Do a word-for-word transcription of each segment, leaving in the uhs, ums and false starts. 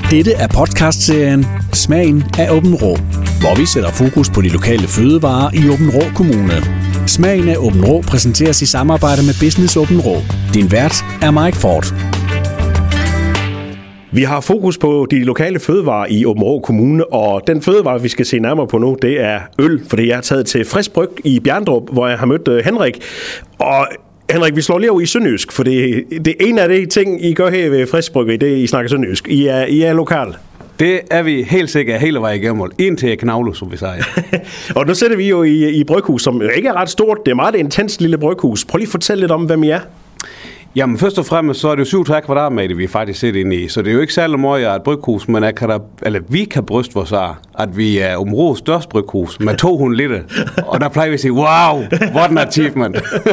Dette er podcastserien Smagen af Aabenraa, hvor vi sætter fokus på de lokale fødevarer i Aabenraa Kommune. Smagen af Aabenraa præsenteres i samarbejde med Business Aabenraa. Din vært er Mike Ford. Vi har fokus på de lokale fødevarer i Aabenraa Kommune, og den fødevare, vi skal se nærmere på nu, det er øl, fordi jeg er taget til Frisk Bryg i Bjerndrup, hvor jeg har mødt Henrik. Og Henrik, vi slår lige over i sønderjysk, for det, det er en af de ting, I gør her ved Frisk Bryg, det I snakker sønderjysk. I er, I er lokal. Det er vi helt sikkert hele vejen igennem, indtil knavle, som vi siger. Og nu sætter vi jo i, i bryghus, som ikke er ret stort. Det er meget intens lille bryghus. Prøv lige at fortælle lidt om, hvem I er. Jamen først og fremmest, så er det jo syvogtredive kvadratmeter, vi faktisk sidder inde i. Så det er jo ikke særlig meget af et bryghus, men kan der, eller vi kan bryste vores ar, at vi er Aabenraas største bryghus med to hundrede liter. Og der plejer vi at sige, wow, what an achievement.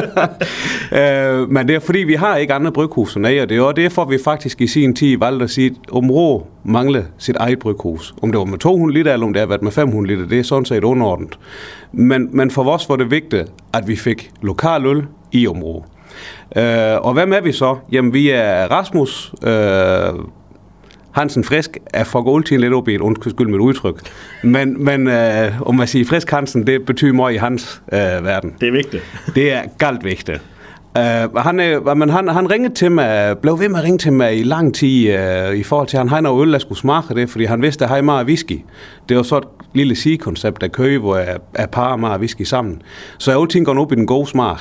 uh, men det er fordi, vi har ikke andre bryghus end og det er jo derfor, vi faktisk i sin tid valgte at sige, at Aabenraa mangler sit eget bryghus. Om det var med to hundrede liter, eller om det har været med fem hundrede liter, det er sådan set underordnet. Men, men for os var det vigtigt, at vi fik lokal øl i Aabenraa. Uh, og hvem er vi så? Jamen, vi er Rasmus uh, Hansen Frisk, er for goldtiden lidt op i et undskyld mit udtryk. Men, men uh, om man siger Frisk Hansen, det betyder meget i hans uh, verden. Det er vigtigt. Det er galt vigtigt. Uh, han, er, men han, han ringede til mig, blev ved med at ringe til mig i lang tid, uh, i forhold til, at han havde noget øl, der skulle smage det, fordi han vidste, at han havde meget whisky. Det var så et lille sigekoncept, der køber, hvor jeg er par meget whisky sammen. Så jeg altid går op i den gode smag.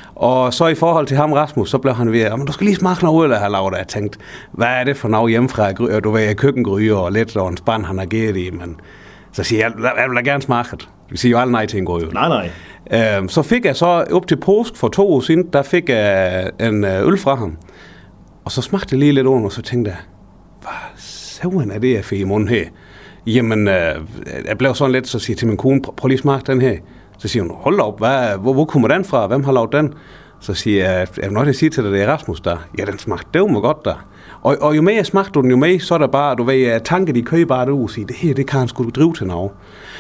Og så i forhold til ham, Rasmus, så blev han ved, at du skal lige smage noget øl, jeg har lavet. Jeg tænkte, hvad er det for noget hjemmefra? Du ved, køkkengryger og lidt, og en spand, han har givet i. Men så siger jeg, jeg vil da gerne smage det. Vi siger jo aldrig nej til en god øl. Nej, nej. Øhm, så fik jeg så op til påsk for to år siden, der fik jeg en øl fra ham. Og så smagte jeg lige lidt under, og så tænkte jeg, hvad søvn er det, jeg fik i munden her? Jamen, øh, jeg blev sådan lidt, så siger jeg til min kone, prøv lige at smage den her. Så siger hun, hold op, hvad, hvor, hvor kommer den fra? Hvem har lavet den? Så siger jeg, er det noget, jeg siger til dig, det er Rasmus der? Ja, den smagte døvme godt der. Og, og jo mere jeg smagte den, jo mere, så er der bare, du ved, tanken, de køber bare det ud og siger, det her, det kan han sgu drive til noget.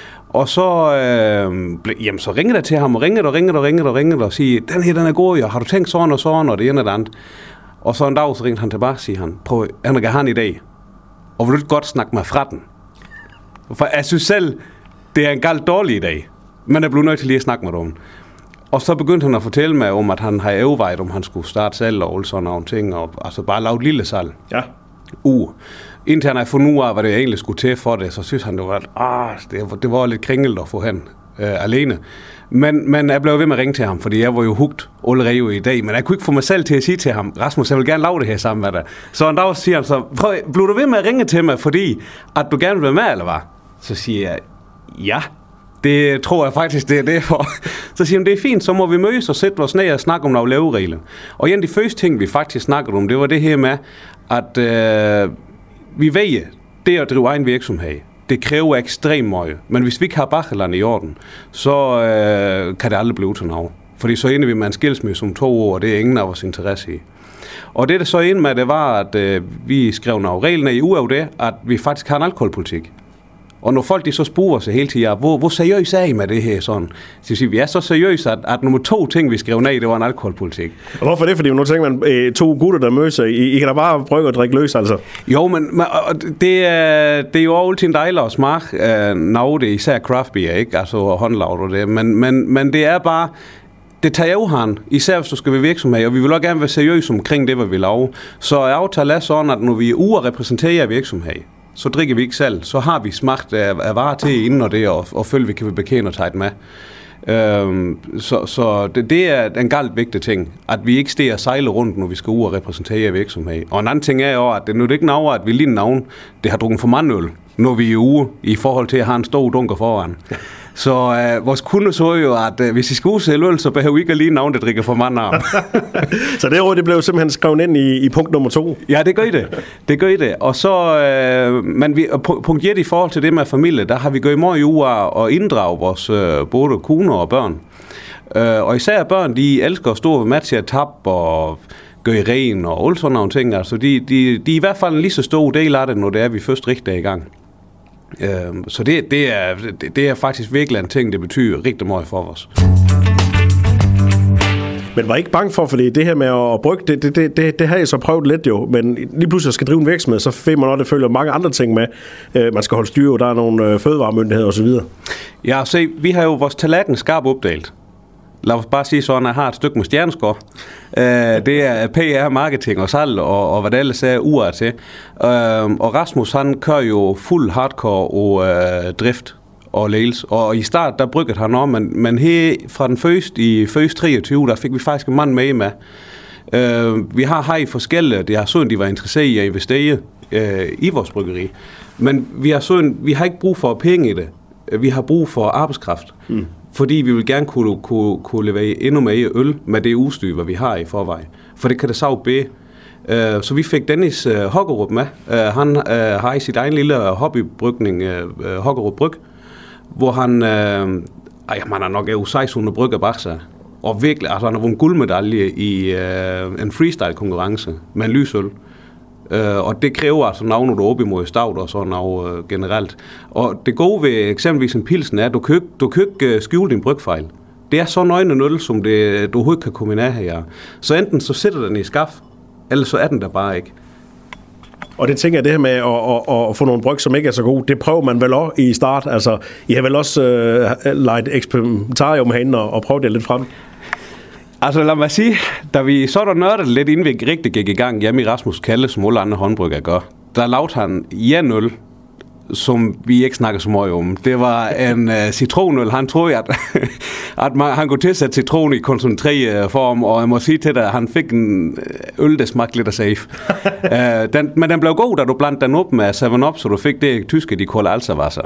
Og så, øh, ble, jamen, så ringer jeg til ham, og ringer og ringer og ringer og ringer og siger, den her, den er god, og har du tænkt sådan og sådan, og det ene og det andet. Og så en dag, så ringte han tilbage, siger han, prøv, Henrik, jeg har en idé. Og vil du ikke godt snakke mig fra den? For jeg synes selv, det er en galt dårlig idé. Men jeg blev nødt til lige at snakke med dem. Og så begyndte han at fortælle mig om, at han havde overvejet, om han skulle starte salg og sådan nogle ting, og altså bare lave et lille salg. Ja. Uh. Indtil han havde fundet ud af, hvad det egentlig skulle til for det, så synes han, det var, at ah, det, var, det var lidt kringelt at få han øh, alene. Men, men jeg blev ved med at ringe til ham, fordi jeg var jo hugt allerede i dag, men jeg kunne ikke få mig selv til at sige til ham, Rasmus, jeg vil gerne lave det her sammen med dig. Så en dag siger han så, prøv, blev du ved med at ringe til mig, fordi at du gerne vil være med, eller hvad? Så siger jeg, ja. Det tror jeg faktisk, det er det for. Så siger han, det er fint, så må vi mødes og sætte os ned og snakke om nogle leveregler. Og en af de første ting, vi faktisk snakkede om, det var det her med, at øh, vi ved, det at drive egen virksomhed, det kræver ekstremt meget. Men hvis vi ikke har bakkeland i orden, så øh, kan det aldrig blive til noget. Fordi så ender vi med en skilsmisse om to år, og det er ingen af vores interesse i. Og det, der så endte med, det var, at øh, vi skrev nogle regler i uge af det, at vi faktisk har en alkoholpolitik. Og når folk de så spurgte sig hele tiden, hvor, hvor seriøs er I med det her sådan? Så siger vi, er så seriøse, at, at nummer to ting, vi skrev ned, det var en alkoholpolitik. Og hvorfor det? Fordi nu tænker man, øh, to gutter, der mødes, I, I kan da bare brygge og drikke løs, altså. Jo, men det er, det er jo altid dejligt at smage øh, noget, det især craft beer, ikke? Altså håndlavet og det. Men, men, men det er bare, det tager jo han, især hvis du skal være virksomhed, og vi vil også gerne være seriøse omkring det, hvad vi laver. Så aftalen er sådan, at når vi er ude og repræsenterer virksomhed, så drikker vi ikke selv. Så har vi smagt af, af varer til inden og det, og, og følger vi kan vi bekende og tage det med. Øhm, så så det, det er en galt vigtig ting, at vi ikke stiger og sejler rundt, når vi skal ud og repræsentere virksomhed. Og en anden ting er jo, at det nu er ikke navn, at vi lige navn, det har drukket for mange øl, når vi er ude, i forhold til at have en stor dunker foran. Så øh, vores kunder så jo, at øh, hvis I skal sælge øl, så behøver vi ikke lige navn, der drikker for mange af. Så det råd, det blev simpelthen skrevet ind i, i punkt nummer to? Ja, det gør I det. Det gør I det. Og så, øh, men vi, punkt et i forhold til det med familie, der har vi gået meget i uge at inddrage vores øh, både kunder og børn. Øh, og især børn, de elsker at stå med til at tappe og gøre ren og alle sådan nogle ting. Altså, de, de, de er i hvert fald en lige så stor del af det, når det er, vi først rigtig er i gang. Så det, det, er, det er faktisk virkelig en ting, det betyder rigtig meget for os. Men var I ikke bange for, fordi det her med at brygge, det, det, det, det, det har jeg så prøvet lidt jo, men lige pludselig skal drive en virksomhed, så får man også, det følger mange andre ting med. Øh, man skal holde styr, og der er nogle øh, fødevaremyndigheder osv. Ja, se, vi har jo vores tallerken skarpt opdelt. Lad os bare sige sådan, at jeg har et stykke med stjerneskår. Uh, det er P R, marketing og salg, og, og hvad det ellers er, U R til. Uh, og Rasmus, han kører jo fuld hardcore og uh, drift og ledelse. Og i start, der bryggede han om, men, men her fra den første, i første treogtyve, der fik vi faktisk en mand med med. Uh, vi har her i forskellige, det har sådan, de var interesseret i at investere uh, i vores bryggeri. Men vi har, sådan, vi har ikke brug for penge i det. Vi har brug for arbejdskraft. Mm. Fordi vi vil gerne kunne, kunne, kunne levere endnu mere øl med det udstyr, hvad vi har i forvejen. For det kan det så bede. Uh, så vi fik Dennis uh, Hokkerup med. Uh, han uh, har i sit egen lille hobbybrygning, uh, Hokkerup Bryg, hvor han, uh, ej, man har nok seks hundrede brygger bag sig. Og virkelig, altså han har vundet en guldmedalje i uh, en freestyle-konkurrence med en lysøl. Uh, og det kræver altså navnet op imod stavt og sådan noget uh, generelt. Og det gode ved eksempelvis en pilsen er, at du kan ikke, du kan ikke uh, skjule din brygfejl. Det er så nøgne nul, som det, du overhovedet kan komme ind af her. Så enten så sætter den i skaf, eller så er den der bare ikke. Og det tænker jeg, det her med at, at, at få nogle bryg, som ikke er så gode, det prøver man vel også i start. Altså, I har vel også uh, leget eksperimentarium herinde og, og prøvet det lidt frem? Altså lad mig sige, da vi så der nørdede lidt, inden vi rigtig gik i gang hjemme i Rasmus Kalle, som alle andre håndbrygger gør, der lavede han en som vi ikke snakker så meget om. Det var en uh, citronøl. Han troede, at, at man, han kunne tilsætte citron i koncentreret form, og jeg må sige til dig, at han fik en øl, der smagte lidt af safe. uh, den, men den blev god, da du blandede den op med seven up, så du fik det tyske, de kolde alserwasser.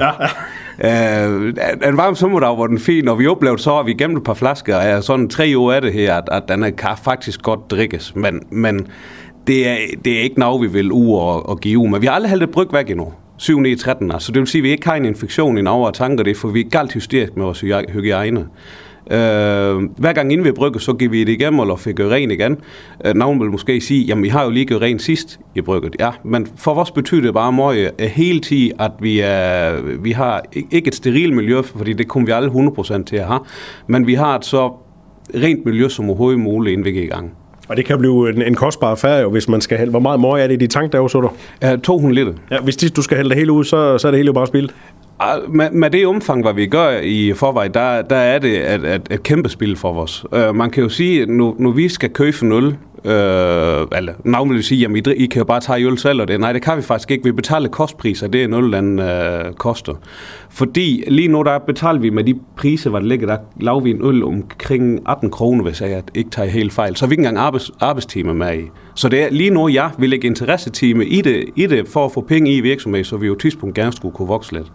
Ja. uh, en varm sommerdag var den fin, og vi oplevede så, at vi gemte et par flasker af sådan tre år af det her, at, at den kan faktisk godt drikkes, men, men det, er, det er ikke noget, vi vil ud og, og give. Men vi har aldrig hældt et bryg væk endnu. syv ni tretten, så det vil sige, at vi ikke har en infektion i nogle af tanker, det, for vi er galt hysterisk med vores hygiejne. Øh, hver gang inden vi brygger, så giver vi det igennem, eller fik gøre ren igen. Øh, nogen vil måske sige, jamen vi har jo lige gjort ren sidst i brygget. Ja, men for os betyder det bare meget at hele tiden, at vi, er, vi har ikke et sterilt miljø, fordi det kommer vi alle hundrede procent til at have, men vi har et så rent miljø som overhovedet muligt, inden vi går i gang. Og det kan blive en, en kostbar affære, hvis man skal hælde. Hvor meget møg er det i de tank, der er, så du? Ja, to hundrede liter. Ja, hvis du skal hælde det hele ud, så, så er det hele jo bare spildt. Med, med det omfang, hvad vi gør i forvejen, der, der er det et, et, et kæmpe spil for os. Uh, man kan jo sige, nu, nu vi skal købe en øl, uh, eller nogen vil sige, jamen I, I kan jo bare tage øl selv, og det. Nej, det kan vi faktisk ikke. Vi betaler kostpriser, det er en øl, den uh, koster. Fordi lige nu, der betaler vi med de priser, hvad der ligger, der laver vi en øl omkring atten kroner, hvis jeg ikke tager helt fejl. Så har vi ikke engang arbejds, arbejdstimer med i. Så det er lige nu, ja, vi lægger interessetime i det, i det for at få penge i virksomhed, så vi jo tidspunkt gerne skulle kunne vokse lidt.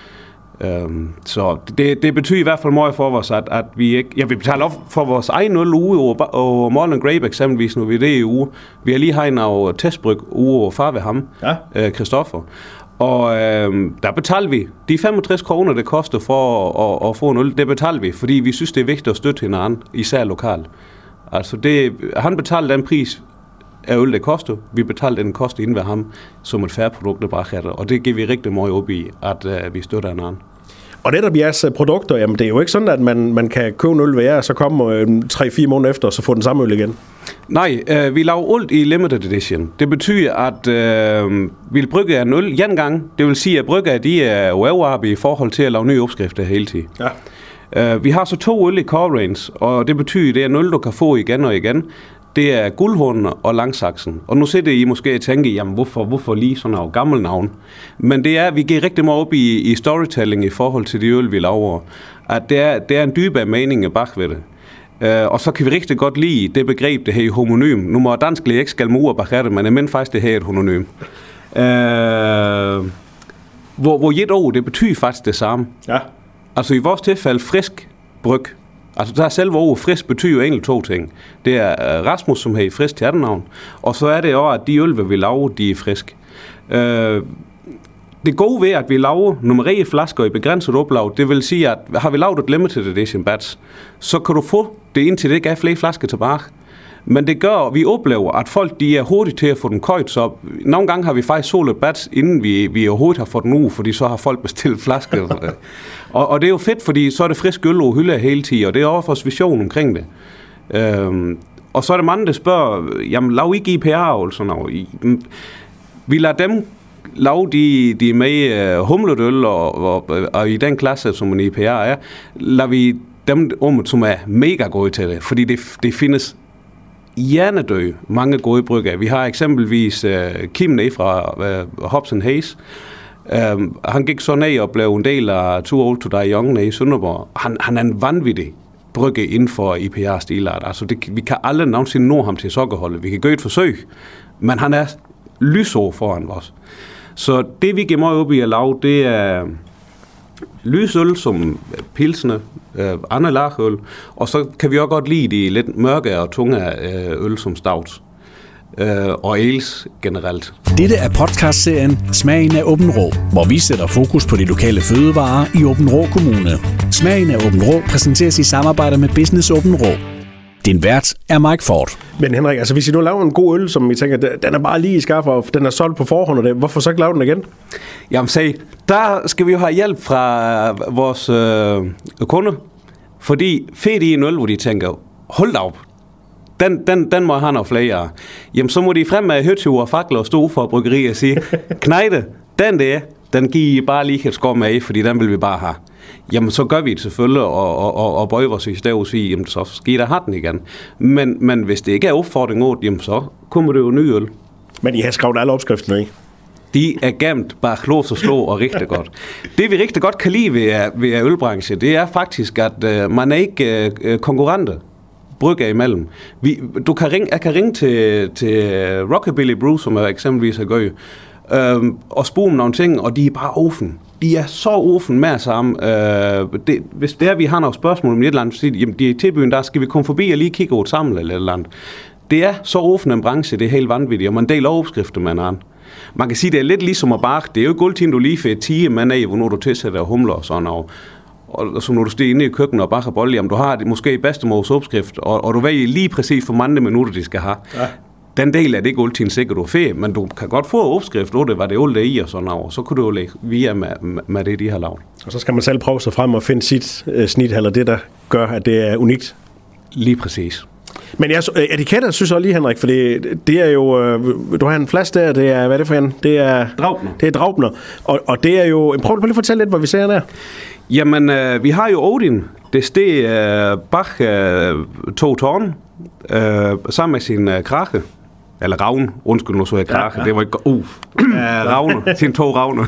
Um, så det, det betyder i hvert fald meget for os, at, at vi ikke... Ja, vi betaler op for vores egen øl uge, og, og Morten Grape eksempelvis, når vi er det i uge. Vi har lige haft en testbryg uge og far ved ham, ja. Christoffer. Og øhm, der betaler vi de femogtres kroner, det koster for at, at, at få en øl, det betaler vi, fordi vi synes, det er vigtigt at støtte hinanden, især lokalt. Altså, det, han betaler den pris af øl, det koster. Vi betaler den kost inden ved ham, som et færre produkt, der bare hætter. Og det giver vi rigtig meget op i, at uh, vi støtter hinanden. Og netop jeres produkter, jamen det er jo ikke sådan, at man, man kan købe en øl ved jer, og så kommer øh, tre fire måneder efter, og så får den samme øl igen. Nej, øh, vi laver alt i limited edition. Det betyder, at øh, vi brygger en øl en gang. Det vil sige, at brygger de er overarbe i forhold til at lave nye opskrifter hele tiden. Ja. Øh, vi har så to øl i core range, og det betyder, at det er en øl, du kan få igen og igen. Det er Guldhorn og Langsaksen. Og nu sidder I måske og tænker, jamen hvorfor, hvorfor lige sådan noget gammel navn? Men det er, at vi går rigtig meget op i, i storytelling i forhold til de øl, vi laver. At det er, det er en dybere mening bag ved det. Uh, og så kan vi rigtig godt lide det begreb, det her i homonym. Nu må dansk lige ikke skal mure bag det, men jeg mener faktisk, det her er et homonym. Uh, hvor, hvor et ord, det betyder faktisk det samme. Ja. Altså i vores tilfælde frisk bryg. Altså der er selve ordet frisk betyder jo egentlig to ting. Det er uh, Rasmus, som har i frisk til navn, og så er det også, at de øl, vi laver, de er frisk. Uh, det gode ved, at vi laver nummererede flasker i begrænset oplag, det vil sige, at har vi lavet et limited edition batch, så kan du få det indtil det ikke er flere flasker tilbage. Men det gør, at vi oplever, at folk de er hurtige til at få den køjt, så nogle gange har vi faktisk solgt batch, inden vi, vi overhovedet har fået den ud, fordi så har folk bestilt flasker. og, og det er jo fedt, fordi så er det frisk øl og hylder hele tiden, og det er også vores vision omkring det. Øhm, og så er der mange, der spørger, jamen lav ikke I P A-avl sådan noget. Vi lader dem lave de, de med uh, humletøl, og, og, og, og i den klasse, som en I P A er, lader vi dem om, som er mega gode til det, fordi det, det findes hjernedød mange gode brygger. Vi har eksempelvis uh, Kim ned fra uh, Hobson Hayes. Um, han gik så ned og blev en del af Too Old to Die Young nede i Sønderborg. Han, han er en vanvittig brygge inden for I P A-stilart. Altså, det, vi kan aldrig nogensinde nå ham til sokkerholdet. Vi kan gøre et forsøg, men han er lysår foran os. Så det, vi giver meget op i at lave, det er lysøl som pilsene, øh, andre lagøl, og så kan vi også godt lide de lidt mørke og tunge øh, øl som stouts øh, og ales generelt. Dette er podcastserien Smagen af Åben Rå, hvor vi sætter fokus på de lokale fødevarer i Åben Rå Kommune. Smagen af Åben Rå præsenteres i samarbejde med Business Åben Rå. Din vært er Mike Ford. Men Henrik, altså hvis I nu laver en god øl, som I tænker, den er bare lige i skaf, og den er solgt på forhånd, og det, hvorfor så ikke lave den igen? Jamen se, der skal vi jo have hjælp fra vores øh, kunder, fordi fedt i en øl, hvor de tænker, hold da op, den, den, den må have noget flere. Jamen så må de frem med høtyver og fakler og stå for bryggeri og sige, knejde, den der, den giver I bare lige et skår med, fordi den vil vi bare have. Jamen, så gør vi det selvfølgelig, og, og, og, og bøjer os i stedet og siger, jamen, så skal I da have den igen. Men, men hvis det ikke er opfordring ud, jamen, så kommer det jo ny øl. Men I har skrevet alle opskrifterne, ikke? De er gemt bare klås og slå og rigtig godt. Det vi rigtig godt kan lide ved, ved ølbranchen, det er faktisk, at øh, man er ikke øh, konkurrenter brygger imellem. Vi, du kan ringe, jeg kan ringe til, til Rockabilly Brew, som jeg eksempelvis har gjort, øh, og spurgte nogle ting, og de er bare ofen. De er så åben med sammen. Øh, det, hvis det er, vi har nogle spørgsmål om et eller andet, så jamen, de er i tilbyen, der skal vi komme forbi og lige kigge over sammen eller et eller andet. Det er så åben en branche, det er helt vanvittigt, og man deler opskrifter med hinanden. Man kan sige, det er lidt ligesom at bage. Det er jo ikke altid, du lige får tige med af, hvornår du tilsætter humler og sådan noget. Og så når du står inde i køkkenet og bager bolle, jamen du har det måske bedstemors opskrift, og, og du ved lige præcis, hvor mange minutter de skal have. Ja. Den del er det ikke altid sikkert, du er fedt, men du kan godt få opskrift, og det var det alt det i og sådan noget, og så kunne du jo lægge via med, med det, de har lavet. Og så skal man selv prøve sig frem og finde sit uh, snit, eller det, der gør, at det er unikt. Lige præcis. Men jeg, etiketter synes jeg også lige, Henrik, for det, det er jo, øh, du har en flaske der, det er, hvad er det for en? Det er Draupner. Det er Draupner, og, og det er jo, prøv lige at fortælle lidt, hvad vi ser der. Jamen, øh, vi har jo Odin, det steg øh, Bach øh, to tårn, øh, sammen med sin øh, krake. Eller ravn, undskyld nu så jeg krake, ja, ja. Det var ikke, uh, uh ravner, sine to ravner.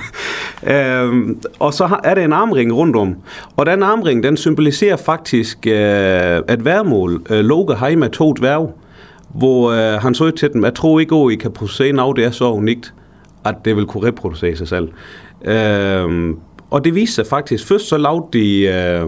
øhm, og så er der en armring rundt om, og den armring, den symboliserer faktisk øh, et værmål, øh, Loke har med to dværge, hvor øh, han så til dem, jeg tror ikke, at I kan producere noget, det er så unikt, at det vil kunne reproducere sig selv. Øhm, og det viser sig faktisk, først så lavede de øh,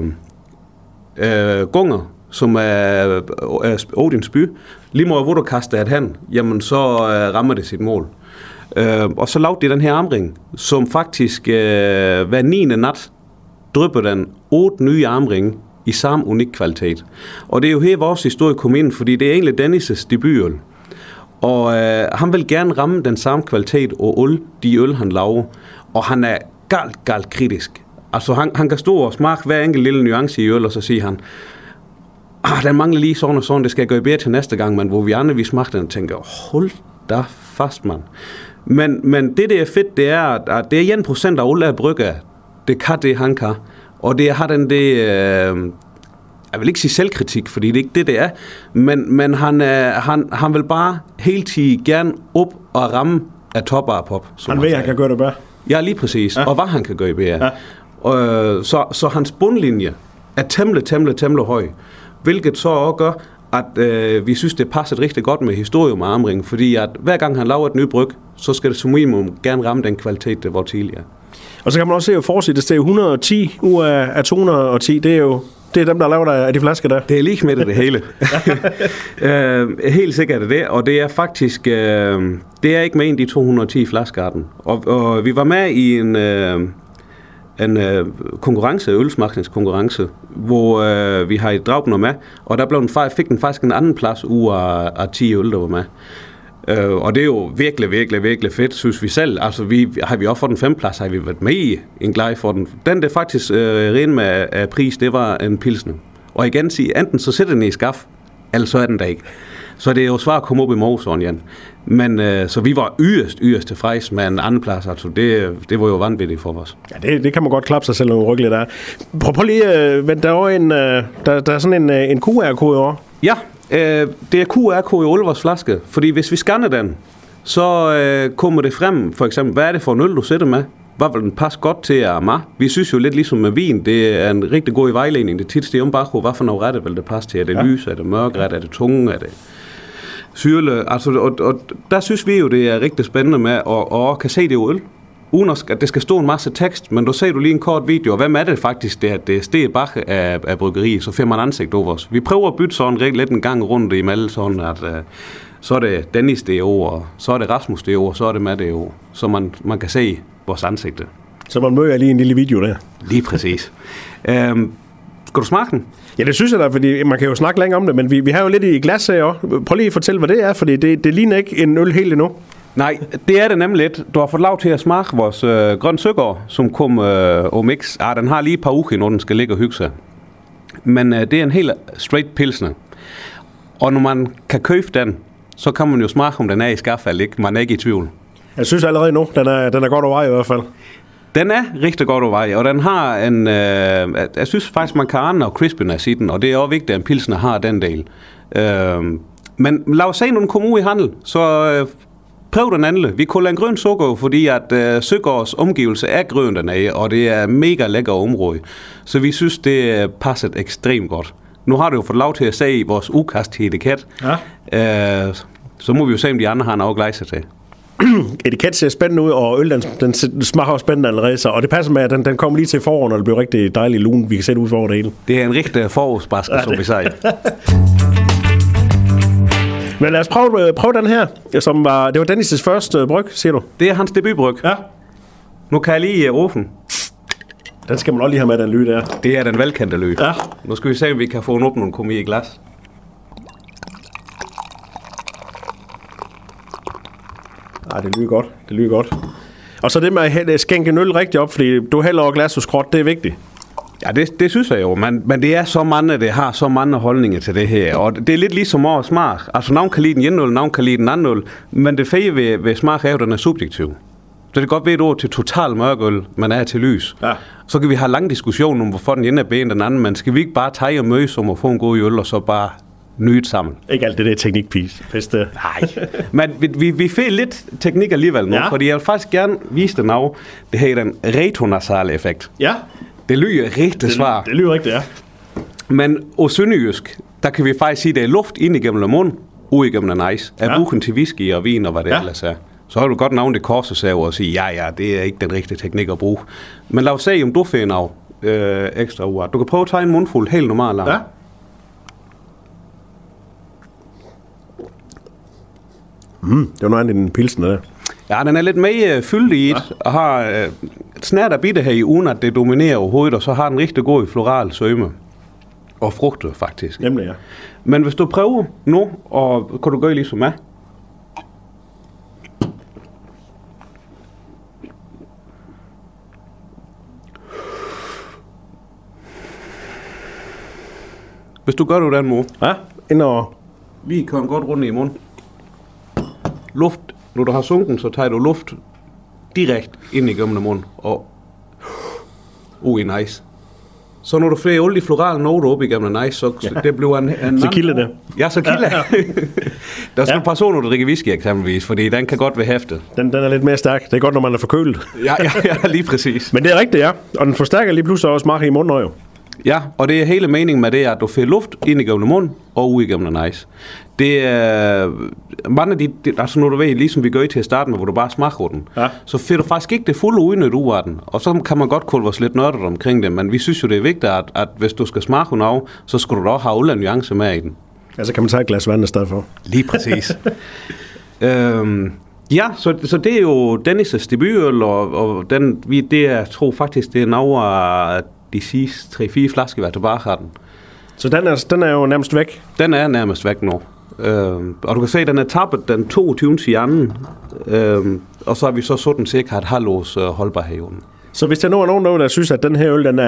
øh, gunger, som er øh, Odins by. Lige måde, hvor du kaster et hand, jamen så øh, rammer det sit mål. Øh, og så lavede de den her armring, som faktisk øh, hver niende nat drypper den otte nye armring i samme unik kvalitet. Og det er jo her vores historie kom ind, fordi det er egentlig Dennis' debutøl. Og øh, han vil gerne ramme den samme kvalitet og øl, de øl han laver. Og han er galt, galt kritisk. Altså han, han kan stå og smage hver enkelt lille nuance i øl, og så siger han, ah, den mangler lige sådan og sådan, det skal jeg gøre bedre til næste gang, men hvor vi andre, vi smagte den og tænker, hold da fast, mand. Men, men det, der er fedt, det er, at det er en procent af alle brygger, det kan det, han kan. Og det har den det, øh, jeg vil ikke sige selvkritik, fordi det er ikke det, det er, men, men han, øh, han, han vil bare hele tiden gerne op og ramme af top og pop. Han ved, at han kan gøre det bedre. Ja, lige præcis. Ja. Og hvad han kan gøre bedre. Ja. Og, så, så hans bundlinje er temmelig, temmelig, temmelig høj. Hvilket så også gør, at øh, vi synes, det passer rigtig godt med historie med armring, fordi at hver gang han laver et nyt bryg, så skal det som minimum gerne ramme den kvalitet, det var tidligere. Og så kan man også se, at forsættes det er et hundrede og ti ud af to hundrede og ti, det er jo det er dem, der laver af de flasker der. Det er lige med det, det hele. øh, helt sikkert er det, og det er faktisk, øh, det er ikke med en de to hundrede og ti flaskearten. Og, og vi var med i en... Øh, en øh, konkurrence, ølsmagningskonkurrence, hvor øh, vi har et Draupner med, og der blev den, fik den faktisk en anden plads ud af, af ti øl, der var med. Øh, og det er jo virkelig, virkelig, virkelig fedt, synes vi selv. Altså, vi, har vi også fået den fem plads, har vi været med i en glad for den. Den, der faktisk øh, ren med af pris, det var en pilsner. Og igen sige, enten så sætter den i skaf, Ellers så er den der ikke. Så det er jo svært at komme op i motoren, Jan. Men øh, så vi var yderst, yderst tilfreds med en anden plads. Altså, det, det var jo vanvittigt for os. Ja, det, det kan man godt klappe sig selv nogle ryg lidt af. Prøv, prøv lige, øh, der er en, øh, der, der er sådan en, øh, en Q R-kode over. Ja, øh, det er Q R-kode i alle vores flaske. Fordi hvis vi scanner den, så øh, kommer det frem, for eksempel, hvad er det for en øl, du sætter med? Hvad vil den passe godt til at ma? Vi synes jo lidt ligesom med vin, det er en rigtig god vejledning. Det tit stiger om bare, hvad for noget rette vil det passe til? Er det ja. lys, er det mørkret, er det tunge, er det syrle? Altså, og, og der synes vi jo, det er rigtig spændende med, og, og kan se det jo øl. Uden at det skal stå en masse tekst, men du ser du lige en kort video, og hvem er det faktisk, det er, det er Stege Bache af, af bryggeriet, så får man ansigt over os. Vi prøver at bytte sådan lidt en gang rundt i Malle, sådan at uh, så er det Dennis D O, og så er det Rasmus D O, og så er det Matt D O, så man, man kan se vores ansigte. Så man møder lige en lille video der. Lige præcis. øhm, skal du smage den? Ja, det synes jeg da, fordi man kan jo snakke længe om det, men vi, vi har jo lidt i glas her også. Prøv lige at fortælle, hvad det er, fordi det, det ligner ikke en øl helt endnu. Nej, det er det nemlig lidt. Du har fået lov til at smage vores øh, grøn søgård, som kom øh, og mix. Ah, den har lige et par uger, når den skal ligge og hygge sig. Men øh, det er en helt straight pilsner. Og når man kan købe den, så kan man jo smage, om den er i skaffald, ikke? Man er ikke i tvivl. Jeg synes allerede nu, den er, den er godt over vej i hvert fald. Den er rigtig godt over vej, og den har en... Øh, jeg synes faktisk, man kan ane noget crispiness i den, og det er også vigtigt, at en pilsner har den del. Øh, men lad os se, når den kommer ud i handel, så øh, prøv den anden. Vi kunne lade en grøn sukker, fordi at øh, Søgårds omgivelse er grøn dernede, og det er mega lækker område. Så vi synes, det passer ekstremt godt. Nu har du jo fået lov til at se vores ukast til etiket. Ja. Øh, så må vi jo se, om de andre har en afglæser til. Etiket ser spændende ud, og øl, den, den smager også spændende allerede, så, og det passer med, at den, den kommer lige til foråret, når det bliver rigtig dejligt lun. Vi kan sætte ud for det hele. Det er en rigtig forårsbasker, ja, som vi siger. Men lad os prøve, prøve den her, som var, det var Dennis' første bryg, siger du? Det er hans debutbryg. Ja. Nu kan jeg lige uh, åbne. Den skal man også lige have med, den lyd der. Det er den velkendte lyd. Ja. Nu skal vi se, om vi kan få en åbne og komme i et glas. Ej, det lyder godt. Det lyder godt. Og så det med at skænke en øl rigtig op, fordi du hælder over glas og skråt, det er vigtigt. Ja, det, det synes jeg jo, men, men det er så mange, det har så mange holdninger til det her, og det er lidt ligesom over smag. Altså, nogen kan lide den ene øl, nogen kan lide den anden øl, men det fede ved, ved smag er jo, den er subjektiv. Så det er godt ved et ord til total mørkøl, man er til lys. Ja. Så kan vi have lang diskussion om, hvorfor den ene er bedre end den anden, men skal vi ikke bare tage og mødes om at få en god øl, og så bare nyde sammen? Ikke alt det der teknikpis. Nej, men vi, vi, vi får lidt teknik alligevel nu, ja. Fordi jeg vil faktisk gerne vise den af. Det her er den retonasale effekt. Ja. Det lyder rigtig svært. Det, det lyder rigtigt, ja. Men på sønderjysk, der kan vi faktisk sige, at det er luft ind igennem munden, ud igennem en ice. Er ja. Brugen til whisky og vin og hvad det ja. Ellers er. Så har du godt navnet korsesav og sige, ja, ja, det er ikke den rigtige teknik at bruge. Men lad os se, om du finder af øh, ekstra ord. Du kan prøve at tage en mundfuld helt normalt. Ja. Mm, det var noget andet end en pilsen der. Ja, den er lidt mere fyldig i et, og har øh, et snært af bitte her i, uden at det dominerer overhovedet, og så har den rigtig god floral sødme. Og frugter, faktisk. Nemlig, ja. Men hvis du prøver nu, og kan du gøre ligesom mig? Hvis du gør det på den måde. Ja, ind og... Lige kom godt rundt i munden. Luft. Når du har sunken, så tager du luft direkte ind igennem munden. Og... Uh, en nice. Så når du får alle de florale noter op igennem en ice, så ja. Det bliver en... en så kilder det. Ja, så kilder ja, ja. Der skal ja. Passe når du drikker whisky eksempelvis, fordi den kan godt være hæftet. Den, den er lidt mere stærk. Det er godt, når man er forkølet. Ja, ja, ja, lige præcis. Men det er rigtigt, ja. Og den forstærker lige pludselig også smag i munden jo. Ja, og det er hele meningen med det, at du får luft ind igennem munden og ud igennem en ice. Det er... Mange af de... Altså når du ved, ligesom vi gør til at starte med, hvor du bare smager den, ja. Så får du faktisk ikke det fulde udnytte ud af den. Og så kan man godt kolde os lidt nørdet omkring det, men vi synes jo, det er vigtigt, at, at hvis du skal smage den af, så skal du da have alle nuancer med i den. Ja, så kan man tage et glas vand i stedet for. Lige præcis. øhm, ja, så, så det er jo Dennis' debutøl, og, og den, vi, det er, jeg tror faktisk, det er noget af de sidste tre fire flasker, vi har tilbage af den. Så den er, den er jo nærmest væk? Den er nærmest væk nu. Øhm, og du kan se, at den er tappet den toogtyvende i anden, øhm, og så har vi så sådan cirka et halvt års øh, holdbarhed. Så hvis der nu er nogen, der synes, at den her øl, den er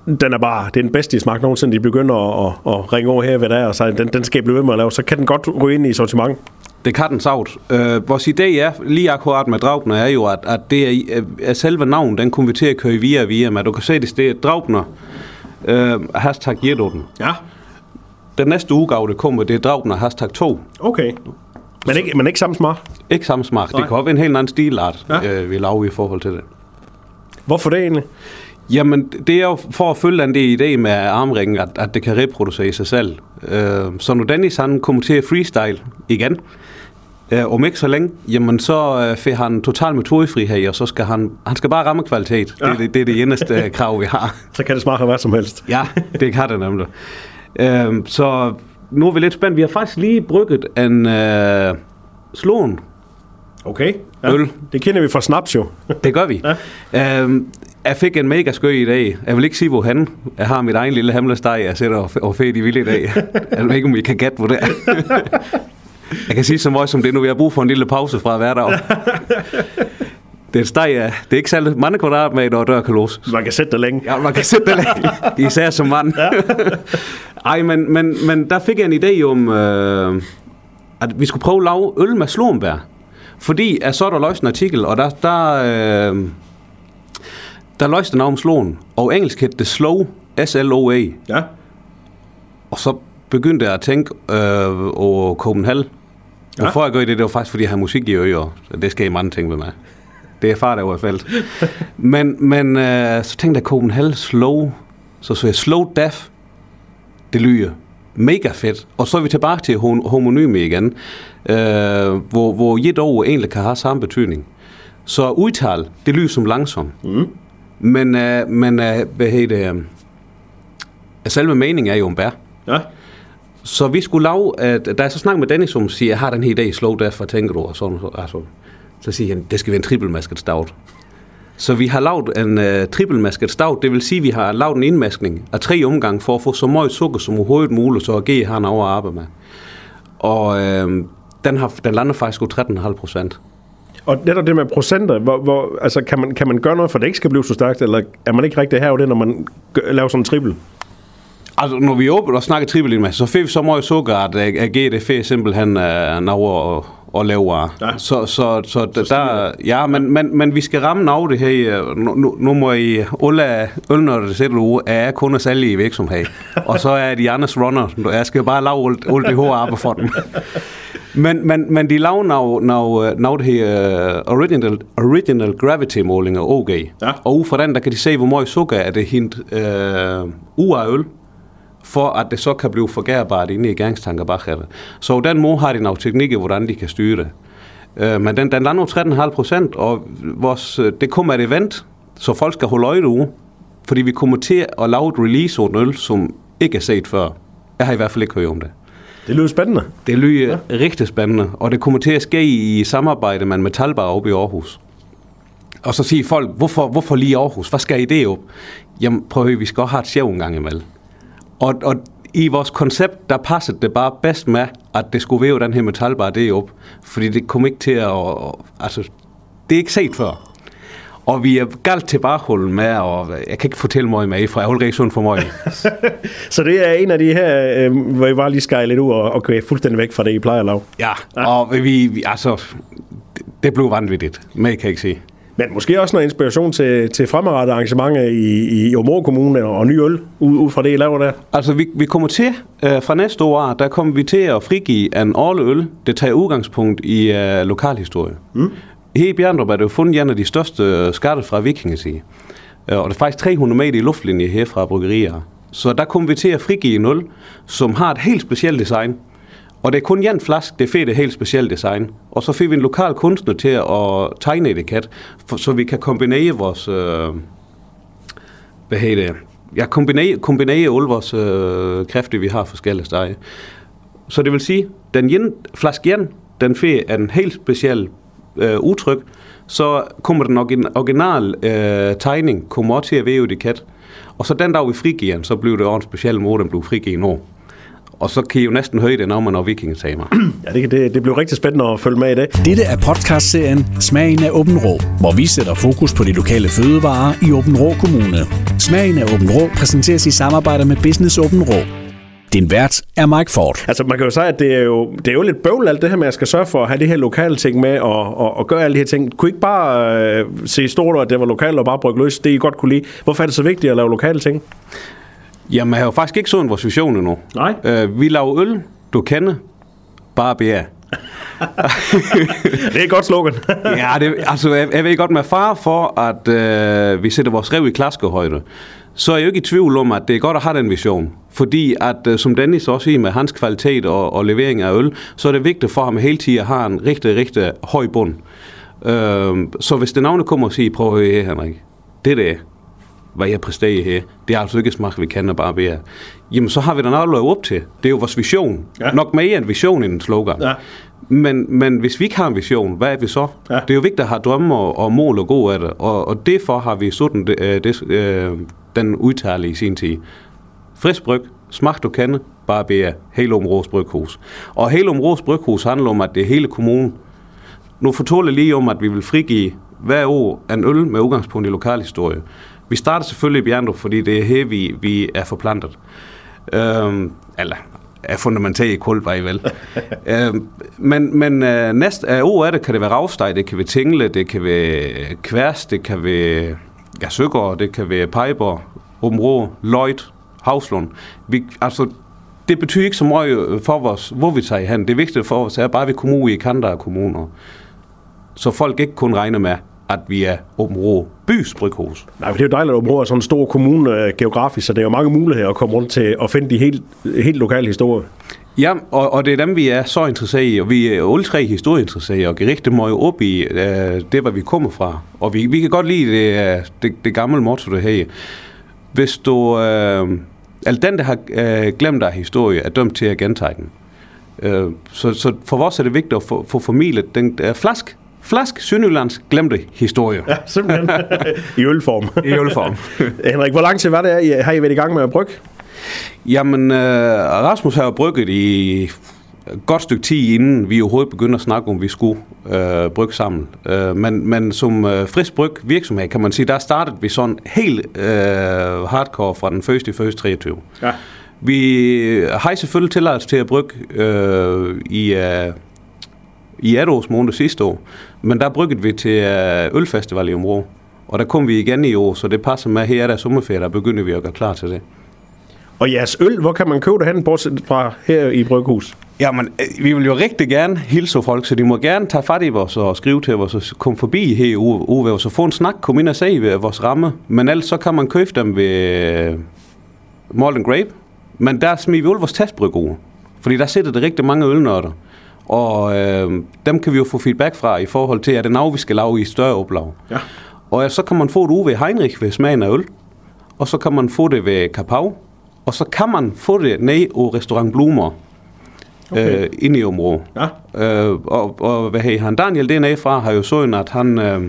den er bare, det er den bedste i smag nogensinde, de begynder at, at, at ringe over her ved der, og så den, den skal jeg blive ved med at lave, så kan den godt gå ind i sortiment. Det kan den savt. Øh, vores idé er, lige akkurat med Draupner, er jo, at, at det er, er selve navn, den kommer vi til at køre via via, men du kan se, det er Draupner, øh, hashtag Jerdoden. Ja. Den næste udgave, det kommer, det er Draupner, hashtag to. Okay. Men ikke, men ikke samme smag? Ikke samme smag. Det kan også være en helt anden stilart, ja. øh, vi laver i forhold til det. Hvorfor det egentlig? Jamen, det er jo for at følge den idé med armringen, at, at det kan reproducere sig selv. Øh, så når Dennis han kommer til at freestyle igen, øh, om ikke så længe, jamen så øh, får han total metodefrihed, og så skal han, han skal bare ramme kvalitet. Ja. Det, det, det er det eneste krav, vi har. Så kan det smage hvad som helst. Ja, det kan det nemlig. Øh, så nu er vi lidt spændt. Vi har faktisk lige brygget en øh, slåen. Okay. Ja. Øl. Det kender vi fra snaps jo. Det gør vi. Ja. Øh, Jeg fik en mega skøj i dag. Jeg vil ikke sige, hvor han. Jeg har mit egen lille hamlesteg, jeg sætter og fedt i vild i dag. Jeg ved ikke, om I kan gætte på det. Jeg kan sige så meget som det, nu vi har brug for en lille pause fra hver dag. Det er et steg, ja. Det er ikke særlig mange kvadratmeter, og dør kan låse. Man kan sætte det længe. Ja, man kan sætte det længe. Især som mand. Ja. Ej, men, men, men der fik jeg en idé om, øh, at vi skulle prøve at lave øl med slåenbær. Fordi at så er der løst en artikel, og der... der øh, Der løste navn om slåen, og engelsk hed det Slow, S L O A. Ja. Og så begyndte jeg at tænke øh, over Copenhagen. Ja. Hvorfor jeg gør det, det var faktisk, fordi jeg har musik i ører. Det skal I mange tænke med mig. Det er far, der var i felt. men men øh, så tænkte jeg Copenhagen Slow. Så så jeg Slow Death. Det lyder mega fedt. Og så er vi tilbage til homonyme igen. Øh, hvor, hvor et ord egentlig kan have samme betydning. Så udtal, det lyder som langsom. Mm. Men, øh, men øh, hvad hedder det? Øh, selve meningen er jo en bær. Ja. Så vi skulle lave, at da jeg så snakker med Dennis, som siger, jeg har den her idé i Slow Death, hvad tænker du? Og sådan, altså, så siger han, det skal være en trippelmasket stout. Så vi har lavet en uh, trippelmasket stout, det vil sige, at vi har lavet en indmaskning af tre omgange for at få så meget sukker som overhovedet muligt, så G har en over at arbejde med. Og øh, den, har, den lander faktisk på tretten komma fem procent. Og netop det med procenter, hvor, hvor, altså, kan, man, kan man gøre noget, for det ikke skal blive så stærkt, eller er man ikke rigtig her det, når man gør, laver sådan en trippel? Altså, når vi åbner og snakker trippel med, så får vi så meget sukker, at A G det får simpelthen uh, noget at lave af. Ja. Så, så, så, så der, ja, men, men, men vi skal ramme af det her. Nu, nu, nu må I alle ølnørder, der sætter ud, er kun at sælge i virksomhed. Og så er de andres runner. Jeg skal bare lave alt det hårde arbejde for dem. Men, men, men de laver noget, noget, noget det her uh, original, original gravity-måling af O G. Ja. Og ud fra den, der kan de se, hvor meget sukker er det hint uh, ud af øl, for at det så kan blive forgærbart inde i gangstanker bagefter. Så den måde har de nogle teknikker, hvordan de kan styre det. Uh, men den, den lander tretten komma fem procent, og vores, det kommer et event, så folk skal holde øje ude, fordi vi kommer til at lave et release af en øl, som ikke er set før. Jeg har i hvert fald ikke hørt om det. Det lyder spændende. Det lyder ja. rigtig spændende, og det kommer til at ske i samarbejde med en metalbar oppe i Aarhus. Og så siger folk, hvorfor, hvorfor lige Aarhus? Hvad skal I det op? Jamen prøv at høre, vi skal også have et sjov en gang imellem. Og, og i vores koncept, der passede det bare bedst med, at det skulle være den her metalbar det op. Fordi det kom ikke til at... Altså, det er ikke set før. Og vi er galt tilbageholden med, og jeg kan ikke fortælle mig med, for jeg holder ikke sundt for mig. Så det er en af de her, øh, hvor I bare lige skærer lidt ud og, og kører fuldstændig væk fra det, I plejer at lave? Ja, ja. Og vi, vi altså, det, det blev vanvittigt, men jeg kan ikke sige. Men måske også noget inspiration til, til fremadrettede arrangementer i, i Aabenraa Kommune og ny øl, ud, ud fra det, I laver der? Altså, vi, vi kommer til, øh, fra næste år, der kommer vi til at frigive en årlig øl, det tager udgangspunkt i øh, lokalhistorie. Mm. Her i Bjerndrup er det jo fundet en af de største skatter fra vikingetid. Og det er faktisk tre hundrede meter i luftlinje her fra bryggerier. Så der kommer vi til at frigive en øl, som har et helt specielt design. Og det er kun en flaske, det er fedt et helt specielt design. Og så får vi en lokal kunstner til at tegne etiket, så vi kan kombinere vores... Øh, hvad hedder det? Ja, kombinere, kombinere alle vores øh, kræfter, vi har forskellige steder. Så det vil sige, den ene flaske igen, den får en helt speciel øh, udtryk, så kommer den original øh, tegning kommer også til at være etiket. Og så den dag vi frigiver den, så bliver det også en speciel måde, den bliver frigivet nu. Og så kan I jo næsten høre det, når man når vikingesamer. Ja, det, det, det bliver rigtig spændende at følge med i det. Dette er podcastserien Smagen af Åben Rå, hvor vi sætter fokus på de lokale fødevarer i Åben Rå Kommune. Smagen af Åben Rå præsenteres i samarbejde med Business Åben Rå. Din vært er Mike Ford. Altså man kan jo sige, at det er jo, det er jo lidt bøvl alt det her med, at jeg skal sørge for at have det her lokale ting med og, og, og gøre alle de her ting. Kunne I ikke bare øh, se stort, at det var lokalt og bare brygge løs, det I godt kunne lide? Hvorfor er det så vigtigt at lave lokale ting? Jamen, jeg har jo faktisk ikke sådan vores vision endnu. Nej. Øh, vi laver øl, du kender, bare B A. Det er et godt slogan. Ja, det, altså jeg, jeg ved godt med far for, at øh, vi sætter vores rev i klaskehøjde. Så er jeg jo ikke i tvivl om, at det er godt at have den vision. Fordi at, øh, som Dennis også siger, med hans kvalitet og, og levering af øl, så er det vigtigt for ham hele tiden at have en rigtig, rigtig høj bund. Øh, så hvis det navne kommer og siger, prøv at høre, Henrik, det der, hvad jeg præsterer her, det er altså ikke smag, vi kender bare bedre. Jamen, så har vi da noget at lave op til. Det er jo vores vision. Ja. Nok mere en vision end en slogan. Ja. Men, men hvis vi ikke har en vision, hvad er vi så? Ja. Det er jo vigtigt at have drømme og, og mål og gå af det. Og, og derfor har vi sådan det, det, øh, den udtale i sin tid. Frisk bryg, smag du kender, bare bedre. Helum Rås Bryghus. Og Helum Rås Bryghus handler om, at det er hele kommunen. Nu fortæller jeg lige om, at vi vil frigive hver år en øl med udgangspunkt i lokalhistorie. Vi starter selvfølgelig i Bjerndrup, fordi det er her, vi, vi er forplantet. Øhm, eller er fundamentalt i Kultvej, vel. øhm, men men øh, næste af år er det, kan det være Ravsteg, det kan være Tingle, det kan være Kværs, det kan være ja, Søgaard, det kan være Pejborg, Åben Rå, Løjt, Havslund. Vi, altså, det betyder ikke så meget for os, hvor vi tager hen. Det vigtige for os er bare, at vi kommer ud i kanter af kommuner. Så folk ikke kun regner med, at vi er Åben Rå bys bryghus. Nej, for det er jo dejligt, at Åben Rå er sådan en stor kommune øh, geografisk, så det er jo mange muligheder at komme rundt til at finde de helt, helt lokale historier. Ja, og, og det er dem, vi er så interesserede i, og vi er alle tre historieinteresserede, og rigtig må jo op i øh, det, hvor vi kommer fra. Og vi, vi kan godt lide det, det, det gamle motto, det her. Hvis du... Øh, altså den, der har øh, glemt af historie, er dømt til at gentage den. Øh, så, så for os er det vigtigt at få, få formidlet den øh, flask, Flask Sønderjyllands glemte historie. Ja, simpelthen. I ølform. I ølform. Henrik, hvor lang tid var det, I har I været i gang med at brygge? Jamen, øh, Rasmus har jo brygget i et godt stykke tid, inden vi overhovedet begyndte at snakke om, vi skulle øh, brygge sammen. Øh, men, men som øh, frisk bryg virksomhed, kan man sige, der startede vi sådan helt øh, hardcore fra den første i første treogtyve. Ja. Vi har selvfølgelig tilladelse til at brygge øh, i... Øh, i etårs måned sidste år, men der bryggede vi til ølfestival i Områ, og der kom vi igen i år, så det passer med, her er der sommerferie, der begynder vi at gøre klar til det. Og jeres øl, hvor kan man købe det hen, bortset fra her i Bryghus? Jamen, vi vil jo rigtig gerne hilse folk, så de må gerne tage fat i os og skrive til os og komme forbi her i U V, og så få en snak, komme ind og se ved vores ramme, men ellers så kan man købe dem ved Malt and Grape, men der smider vi jo vores testbrygger, fordi der sidder det rigtig mange ølnørder. Og øh, dem kan vi jo få feedback fra i forhold til, at det er noget, vi skal lave i større oplag. Ja. Og så kan man få det ude ved Heinrich ved smagen af øl, og så kan man få det ved Kapau, og så kan man få det ned på Restaurant Blumer, okay. øh, inde i området. Ja. Øh, og, og hvad hedder han? Daniel dernede fra har jo sådan, at han, øh,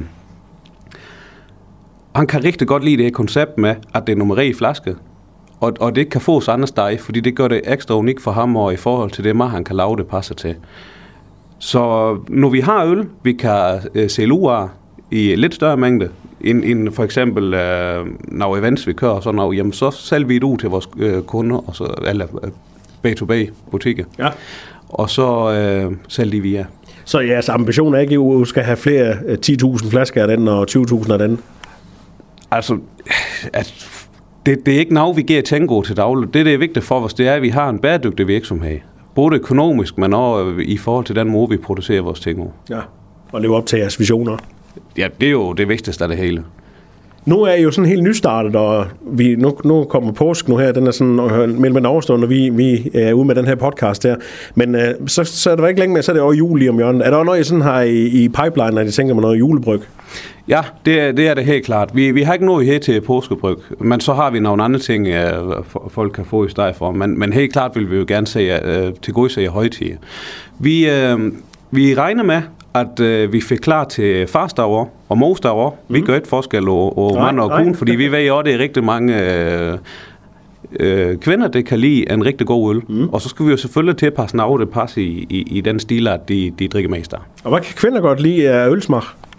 han kan rigtig godt lide det her koncept med, at det er nummereret i flaske. Og, og det kan fås andre steder, fordi det gør det ekstra unikt for ham, og i forhold til det, han kan lave det passer til. Så når vi har øl, vi kan øh, sælge ud af i lidt større mængde, end, end for eksempel, øh, når events vi kører, sådan noget, jamen så sælger vi det ud til vores øh, kunder, og så, eller øh, B to B butikker. Ja. Og så øh, sælger de via. Så jeres ambition er ikke, at I skal have flere øh, ti tusind flasker af den, og tyve tusind af den? Altså, at Det, det er ikke noget, vi giver tænke til dagligt. Det, der er vigtigt for os, det er, at vi har en bæredygtig virksomhed. Både økonomisk, men også i forhold til den måde, vi producerer vores ting. Ja, og leve op til jeres visioner. Ja, det er jo det vigtigste af det hele. Nu er I jo sådan helt nystartet, og vi, nu, nu kommer påsk nu her, den er sådan mellem en overstående, og vi, vi er ude med den her podcast her. Men øh, så, så er det ikke længe med, så er det over jul lige om hjørnet. Er der noget, I sådan har i, i pipeline, når I tænker med noget julebryg? Ja, det er, det er det helt klart. Vi, vi har ikke noget her til påskebryg, men så har vi nogle andre ting, uh, folk kan få i stedet for. Men, men helt klart vil vi jo gerne se uh, til gode se højtider. Vi, uh, vi regner med, at uh, vi fik klar til farsdager og morsdager. Mm. Vi gør et forskel på mand og kone, fordi vi ved jo, at det er rigtig mange uh, øh, kvinder, det kan lide en rigtig god øl. Mm. Og så skal vi jo selvfølgelig tilpasse noget, det passer i, i, i den stil, at de, de drikker mest af. Og hvad kan kvinder godt lide af ølsmag?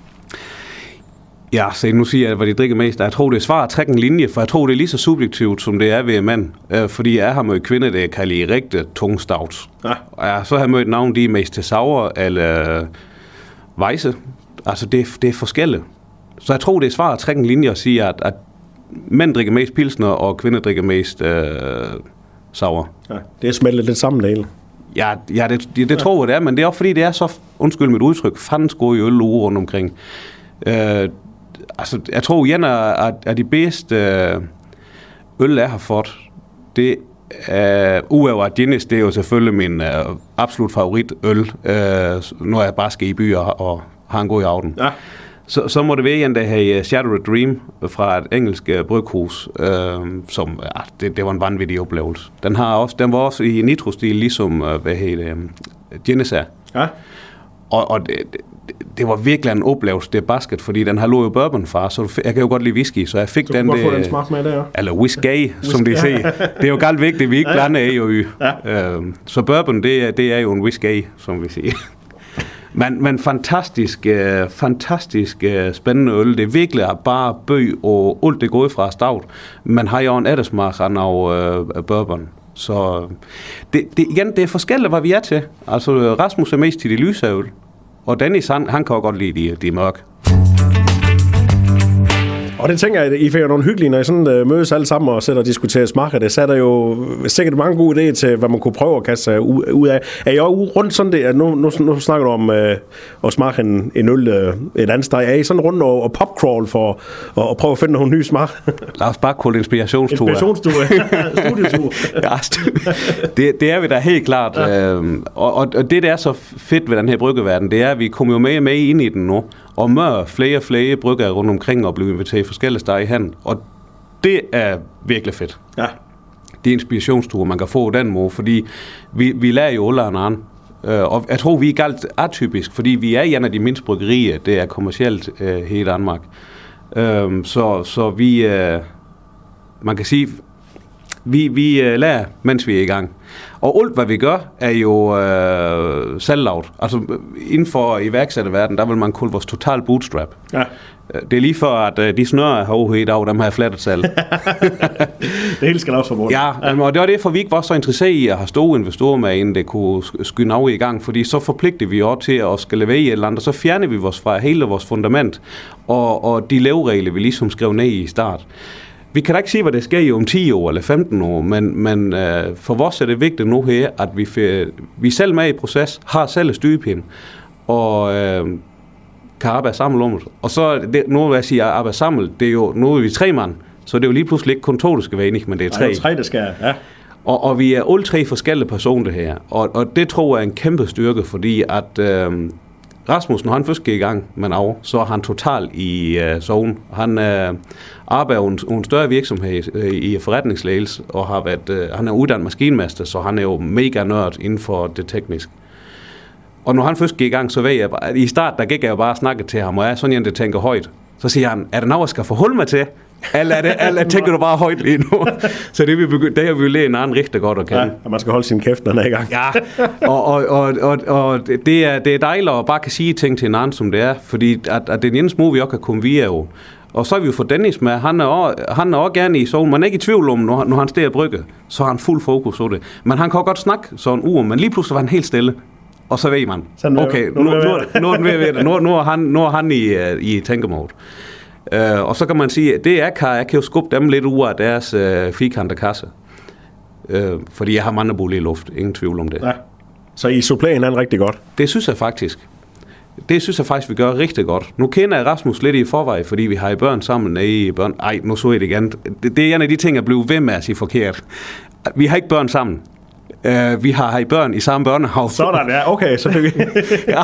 Ja, så nu siger jeg, hvad de drikker mest af. Jeg tror, det er svært at trække en linje, for jeg tror, det er lige så subjektivt, som det er ved en mand. Øh, fordi jeg har mødt kvinder, der kan lide rigtig tung stouts. Ja. Og jeg, så har jeg mødt nogen, de er mest til sour eller øh, vejse. Altså, det, det er forskelligt. Så jeg tror, det er svært at trække en linje og sige, at, at mænd drikker mest pilsner, og kvinder drikker mest øh, sour. Ja, det er smeltet lidt sammen, det. Ja, ja det, det, det ja. tror jeg, det er, men det er også fordi, det er så, undskyld mit udtryk, fandens gode øl uge rundt omkring. Øh, altså, jeg tror, en af, af de bedste øh, øl, jeg har fået, det er, udover Guinness, det er jo selvfølgelig min øh, absolut favorit øl, øh, når jeg bare skal i byer og har en god i aften. Ja. Så, så må det være en, der har Shattered Dream fra et engelsk uh, bryghus, øh, som ja, det, det var en vanvittig oplevelse. Den, har også, den var også i nitro-stil, ligesom uh, hvad hedder det, Guinness er. Ja. Og, og det, det, det var virkelig en oplevelse, det basket, fordi den har lå jo bourbon fra, så jeg kan jo godt lide whisky, så jeg fik så den... Så du kan få den smag med der, ja. Eller whisky, som de siger. Det er jo galt vigtigt, vi ikke ja. blander A og Y. Ja. Øh, så bourbon, det er, det er jo en whisky, som vi siger. Men, men fantastisk, øh, fantastisk øh, spændende øl. Det er virkelig bare bøg og alt det gode fra stout. Man har jo en ettersmag af øh, bourbon. Så det, det, igen, det er forskelligt, hvad vi er til. Altså, Rasmus er mest til de lyse øl. Og Dennis, han, han kan jo godt lide de, de mørke. Og det tænker jeg, I får jo nogle hyggelige, når I sådan uh, mødes alle sammen og sætter og diskuterer smager. Det så er der jo sikkert mange gode idéer til, hvad man kunne prøve at kaste sig ud af. Er I også rundt sådan det, nu, nu, nu snakker du om uh, at smage en, en øl uh, et andet sted. Er I sådan rundt og, og popcrawl for at, at prøve at finde nogle nye smager? Lad os bare kalde inspirationstur. Inspirationstur, studietur. Ja, det, det er vi da helt klart. Ja. Øhm, og, og det, der er så fedt ved den her bryggeverden, det er, at vi kommer jo med, med ind i den nu. Og mør flere og flere brygger rundt omkring og bliver inviteret forskellige steder i hand. Og det er virkelig fedt. Ja. Det er inspirationsture, man kan få den måde, fordi vi, vi lærer jo alle en anden. Og jeg tror, vi er galt atypisk, fordi vi er en af de mindste bryggerier, det er kommercielt uh, her i Danmark. Um, så, så vi, uh, man kan sige, vi, vi uh, lærer, mens vi er i gang. Og alt, hvad vi gør, er jo øh, selvlavet. Altså, inden for iværksætterverdenen, der vil man kalde vores total bootstrap. Ja. Det er lige for, at øh, de snøre har i dag, dem har jeg flettet selv. Det hele skal også forbundet. Ja, ja, og det var det, for vi ikke var så interesseret i at have store investorer med, inden det kunne skynde af i gang, fordi så forpligter vi også til at skal levere i et eller andet, og så fjerner vi vores fra hele vores fundament, og, og de leveregler, vi ligesom skrev ned i start. Vi kan da ikke sige, hvad det sker i om ti år eller femten år, men, men øh, for os er det vigtigt nu her, at vi, vi selv med i proces, har selv styrepind, og øh, kan arbejde sammen om det. Og så, det, nu vil jeg sige, at arbejde sammen, det er jo, nu er vi tre mand, så det er jo lige pludselig ikke kun to, der skal være enige, men det er tre. Ja, det er tre, der skal, ja. Og, og vi er alle tre forskellige personer her, og, og det tror jeg er en kæmpe styrke, fordi at... Øh, Rasmus, når han først gik i gang med Nav, så er han totalt i uh, zone. Han uh, arbejder en, en større virksomhed uh, i forretningsledelse, og har været, uh, han er uddannet maskinmester, så han er jo mega nørd inden for det tekniske. Og når han først gik i gang, så ved jeg bare, i start, der gik jeg jo bare og snakke til ham, og jeg er sådan en, der tænker højt. Så siger han, er det noget, jeg skal forholde mig til? Eller, er det, eller tænker du bare højt lige nu? Så det, vi begy- det har vi jo lært en anden rigtig godt at kende. Ja, og man skal holde sin kæft, når den er i gang. Ja, og, og, og, og, og det, er, det er dejligt at bare kan sige ting til en anden, som det er. Fordi at, at det er den eneste måde, vi også kan komme via jo. Og så har vi jo fået Dennis med. Han er også, han er også gerne i zone. Man er ikke i tvivl om, når, når han står og brygger, så har han fuld fokus på det. Men han kan godt snakke sådan en uge, men lige pludselig var han helt stille. Og så ved man, okay, nu, nu, nu, nu er den ved at nu, nu er han, nu er han i, i tænkemode. Uh, og så kan man sige, at det er kan, jeg kan jo skubbe dem lidt ud af deres uh, fikante kasse. Uh, fordi jeg har mandebule i luft, ingen tvivl om det. Ja. Så I supplerer hinanden rigtig godt? Det synes jeg faktisk. Det synes jeg faktisk, vi gør rigtig godt. Nu kender jeg Rasmus lidt i forvejen, fordi vi har i børn sammen i børn. Ej, nu så jeg det igen. Det, det er en af de ting, jeg blev ved med at sige forkert. Vi har ikke børn sammen. Uh, vi har i børn i samme børnehave. Sådan, ja, okay. Så, vi... ja.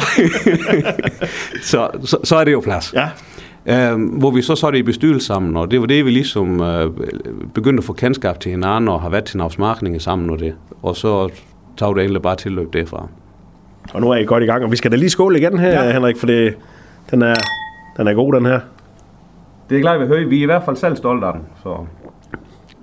så, så, så er det jo plads. Ja. Uh, hvor vi så så det i bestyrelse sammen, og det var det, vi ligesom uh, begyndte at få kendskab til hinanden, og har været til en afsmagning sammen og det. Og så tog det egentlig bare tilløb derfra. Og nu er I godt i gang, og vi skal da lige skåle igen her, ja. Henrik, for det, den, er, den er god, den her. Det er klart, vi hører. Vi er i hvert fald selv stolte af den. Så.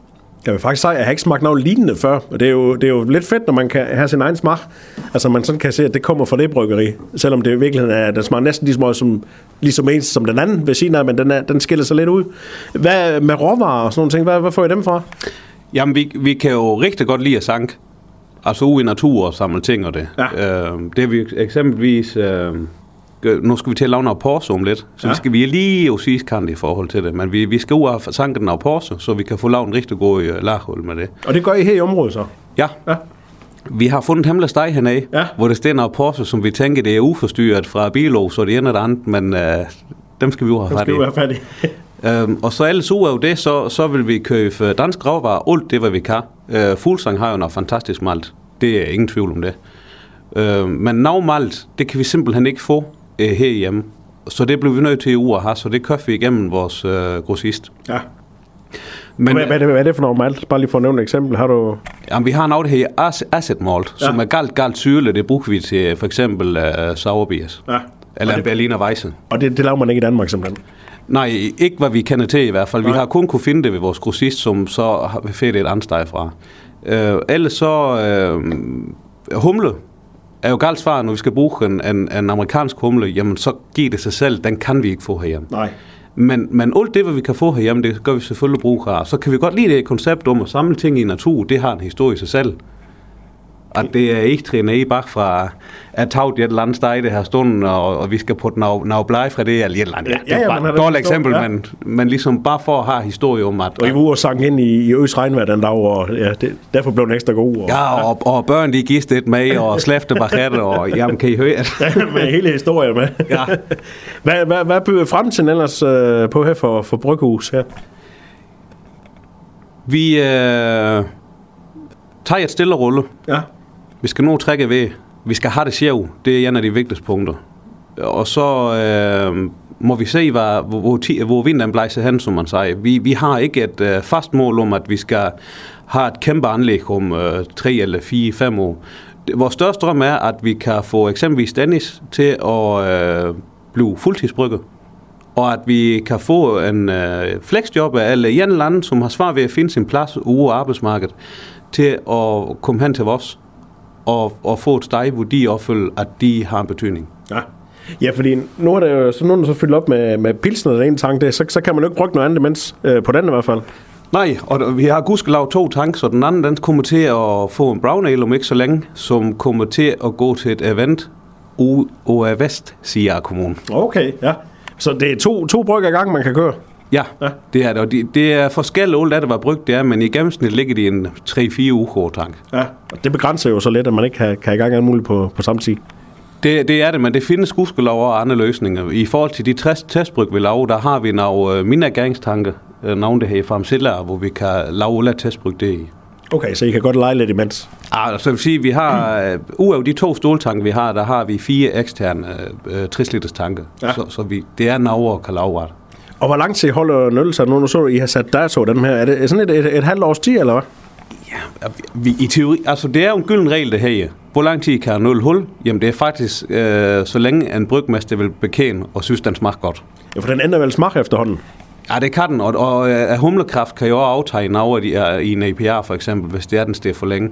Jeg vil faktisk sige, at jeg har ikke smagt noget lignende før. Og det er, jo, det er jo lidt fedt, når man kan have sin egen smag. Altså man sådan kan se, at det kommer fra det bryggeri. Selvom det i virkeligheden er, den smager næsten lige så meget som, ligesom ens som den anden ved siden af, men den, er, den skiller sig lidt ud. Hvad med råvarer og sådan nogle ting? Hvad, hvad får I dem fra? Jamen, vi, vi kan jo rigtig godt lide at sanke. Altså ude i natur og samle ting og det. Ja. Øh, det er vi eksempelvis... Øh, nu skal vi til at lave noget porse om lidt, så ja. vi skal vi er lige osis-kant i forhold til det, men vi, vi skal ud og sanke den af porse, så vi kan få lavet en rigtig god uh, larhul med det. Og det gør I her i området så? Ja. ja. Vi har fundet hemmelig steg hernede, ja. hvor det står noget porse, som vi tænker, det er uforstyrret fra biler, så det ene og det andet, men uh, dem skal vi jo have fat i. Dem skal vi have fat i. um, og så ellers ud af det, så, så vil vi købe dansk råvarer, alt det, hvad vi kan. Uh, Fuglsang har jo noget fantastisk malt, det er ingen tvivl om det. Uh, men noget malt, det kan vi simpelthen ikke få herhjemme. Så det blev vi nødt til i uge at have, så det købte vi igennem vores øh, grossist. Ja. Men, hvad, hvad, er det, hvad er det for noget malt? Bare lige for at nævne et eksempel. Har du... Jamen, vi har noget, der hedder acid malt, ja. som er galt, galt syrligt. Det bruger vi til for eksempel uh, sourbiers. Ja. Eller en Berliner Weisse. Og det, det laver man ikke i Danmark simpelthen? Nej, ikke hvad vi kender til i hvert fald. Nej. Vi har kun kunne finde det ved vores grossist, som så har vi fedt et andet sted fra. Uh, ellers så uh, humle er jo galt svar, når vi skal bruge en, en, en amerikansk humle, jamen så giver det sig selv, den kan vi ikke få herhjemme. Nej. Men, men alt det, hvad vi kan få herhjemme, det gør vi selvfølgelig brug af. Så kan vi godt lide det koncept om at samle ting i natur, det har en historie i sig selv. At det er ikke trænet i bag fra at tage et eller andet sted i det her stunden, og, og vi skal putte noget, noget blege fra det, eller et eller andet. Ja, det er bare et dårligt eksempel, ja. men, men ligesom bare for at have historie om, at... Og I var ude og sang ind i, i øs regnvejr den dag, og ja, det, derfor blev den ekstra god. Og, ja, og, og børn, de gik lidt med, og slæfte bachetter, og jamen, kan I høre? Ja, med hele historien med. Ja. hvad, hvad, hvad byder fremtiden ellers øh, på her for, for Bryghus her? Vi øh, tager et stille rulle. Ja. Vi skal nu trække ved. Vi skal have det sjov. Det er en af de vigtigste punkter. Og så øh, må vi se, hvor, hvor, hvor vinden blæser hen, som man siger. Vi, vi har ikke et øh, fast mål om, at vi skal have et kæmpe anlæg om øh, tre eller fire, fem år. Vores største drøm er, at vi kan få eksempelvis Dennis til at øh, blive fuldtidsbrygger. Og at vi kan få en øh, flexjob eller en eller anden, som har svært ved at finde sin plads ude af arbejdsmarkedet, til at komme hen til os. Og, og få et sted, hvor de opfølger, at de har en betydning. Ja, ja, fordi nu er der jo så nogen, der så fyldt op med, med pilsner og en tank, det, så, så kan man jo ikke bruge noget andet imens, øh, på den i hvert fald. Nej, og vi har gudskelov to tanks, så den anden, den kommer til at få en brown ale om ikke så længe, som kommer til at gå til et event ude af Vest, siger jeg kommunen. Okay, ja. Så det er to, to brygger i gang, man kan køre? Ja, ja. Det er det, og det, det er forskelligt alt, det var brugt, det er, men i gennemsnit ligger de en tre fire uger tank. Ja, og det begrænser jo så lidt, at man ikke kan, kan i gang alt muligt på, på samme tid. Det, det er det, men det findes gudskelov og andre løsninger. I forhold til de tres testbryg, vi laver, der har vi nogle mindre gangstanke, nogle der her fra Amsilla, hvor vi kan lave alle testbryg det i. Okay, så I kan godt lege lidt imens? Ja, så vil sige, vi har, ud af de to ståltanke, vi har, der har vi fire eksterne øh, tres liters tanke. Ja. Så, så vi, det er noget at kan lave ret. Og hvor lang tid holder en øl sig nu? Nu så du, I har sat dato den her. Er det sådan et, et, et halvt års tid, eller hvad? Ja, vi, i teori, altså det er jo en gylden regel, det her. Hvor lang tid kan en øl hul? Jamen det er faktisk, øh, så længe en brygmester vil bekende og synes, den smager godt. Ja, for den ender vel smag efterhånden? Ja, det kan den, og, og uh, humlekraft kan jo også aftage noget uh, i en A P R for eksempel, hvis det er den sted for længe.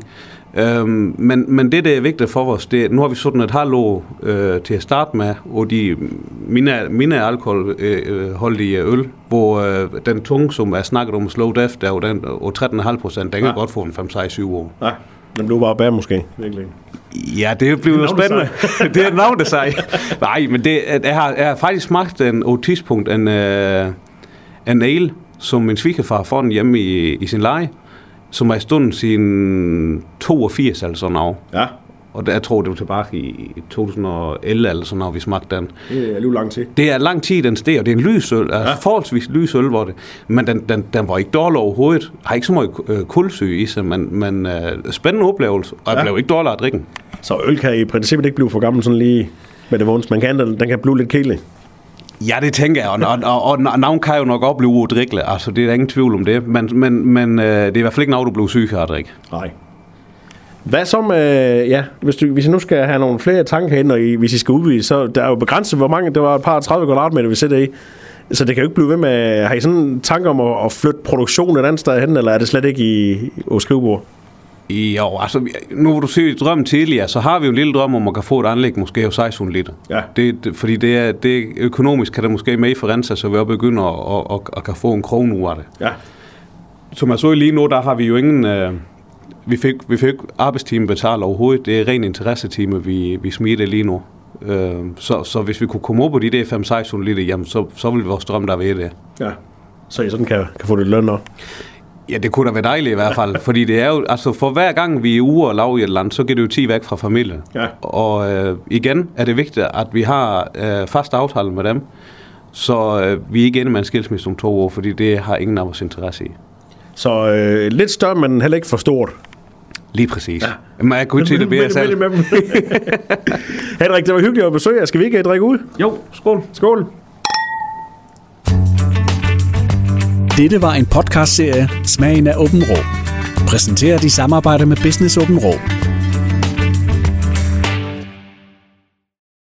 Um, men, men det, der er vigtigt for os, det, nu har vi sådan et halvt år uh, til at starte med, og de mine, mine alkoholholdige uh, øl, hvor uh, den tunge, som er snakket om slow death, der er jo den, og tretten komma fem procent, den kan ja. godt få en fem seks syv år. Ja, den blev bare bær måske, virkelig. Ja, det bliver jo spændende. Det er et navn, det siger. Nej, men det, jeg, har, jeg har faktisk smagt en, på et tidspunkt en... Uh, en ale, som min svigerfar får den hjemme i, i sin leje, som er i stunden siden toogfirs eller sådan noget. Ja. Og det, jeg tror, det var tilbage i to tusind og elleve eller sådan noget, vi smagte den. Det er jo lang tid. Det er lang tid, den steg, og det er en lysøl, altså ja. forholdsvis lysøl, hvor det. Men den, den, den var ikke dårlig overhovedet. Har ikke så meget øh, kulsyge i sig, men, men øh, spændende oplevelse, og jeg ja. blev ikke dårlig at drikke. Så øl kan i princippet ikke blive for gammel sådan lige med det vunds. Man kan, den, den kan blive lidt kedelig. Ja, det tænker jeg, og, og, og, og nogen kan jo nok også blive udrikkeligt, altså det er ingen tvivl om det, men, men, men øh, det er i hvert fald ikke noget, du bliver syg af at drikke. Nej. Hvad så med, ja, hvis, du, hvis I nu skal have nogle flere tanker hen, og I, hvis I skal udvide, så der er jo begrænset, hvor mange, det var et par tredive kvadratmeter, vi sætter i. Så det kan jo ikke blive ved med... Har I sådan en tanke om at, at flytte produktionen et andet sted hen, eller er det slet ikke i Skrivebord? Jo, altså, nu hvor du ser drømmen tidligere, så har vi jo en lille drøm om at kan få et anlæg måske af seksten hundrede liter. Ja. Det, det, fordi det er, det økonomisk kan det måske med i forrense, så vi også begynder at, at, at, at kan få en krone ud af det. Ja. Som jeg så lige nu, der har vi jo ingen... Øh, vi fik, vi fik arbejdstime betalt overhovedet. Det er ren interessetime, vi, vi smider lige nu. Øh, så, så hvis vi kunne komme op på de der fem til seks hundrede liter, jamen, så, så ville vores drøm der være det. Ja, så I sådan kan, kan få det løn også? Ja, det kunne da være dejligt i hvert fald, fordi det er jo, altså for hver gang vi er ude og lave i et land, så giver det jo ti væk fra familien. Ja. Og øh, igen er det vigtigt, at vi har øh, fast aftale med dem, så øh, vi er ikke inde med en skilsmisse om to år, fordi det har ingen af vores interesse i. Så øh, lidt større, men heller ikke for stort. Lige præcis. Ja. Men jeg kunne ikke sige det bedre selv. Henrik, det var hyggeligt at besøge jer. Skal vi ikke drikke ud? Jo, skål. Skål. Dette var en podcastserie Smagen af Åben Rå. Præsenteret i samarbejde med Business Åben Rå.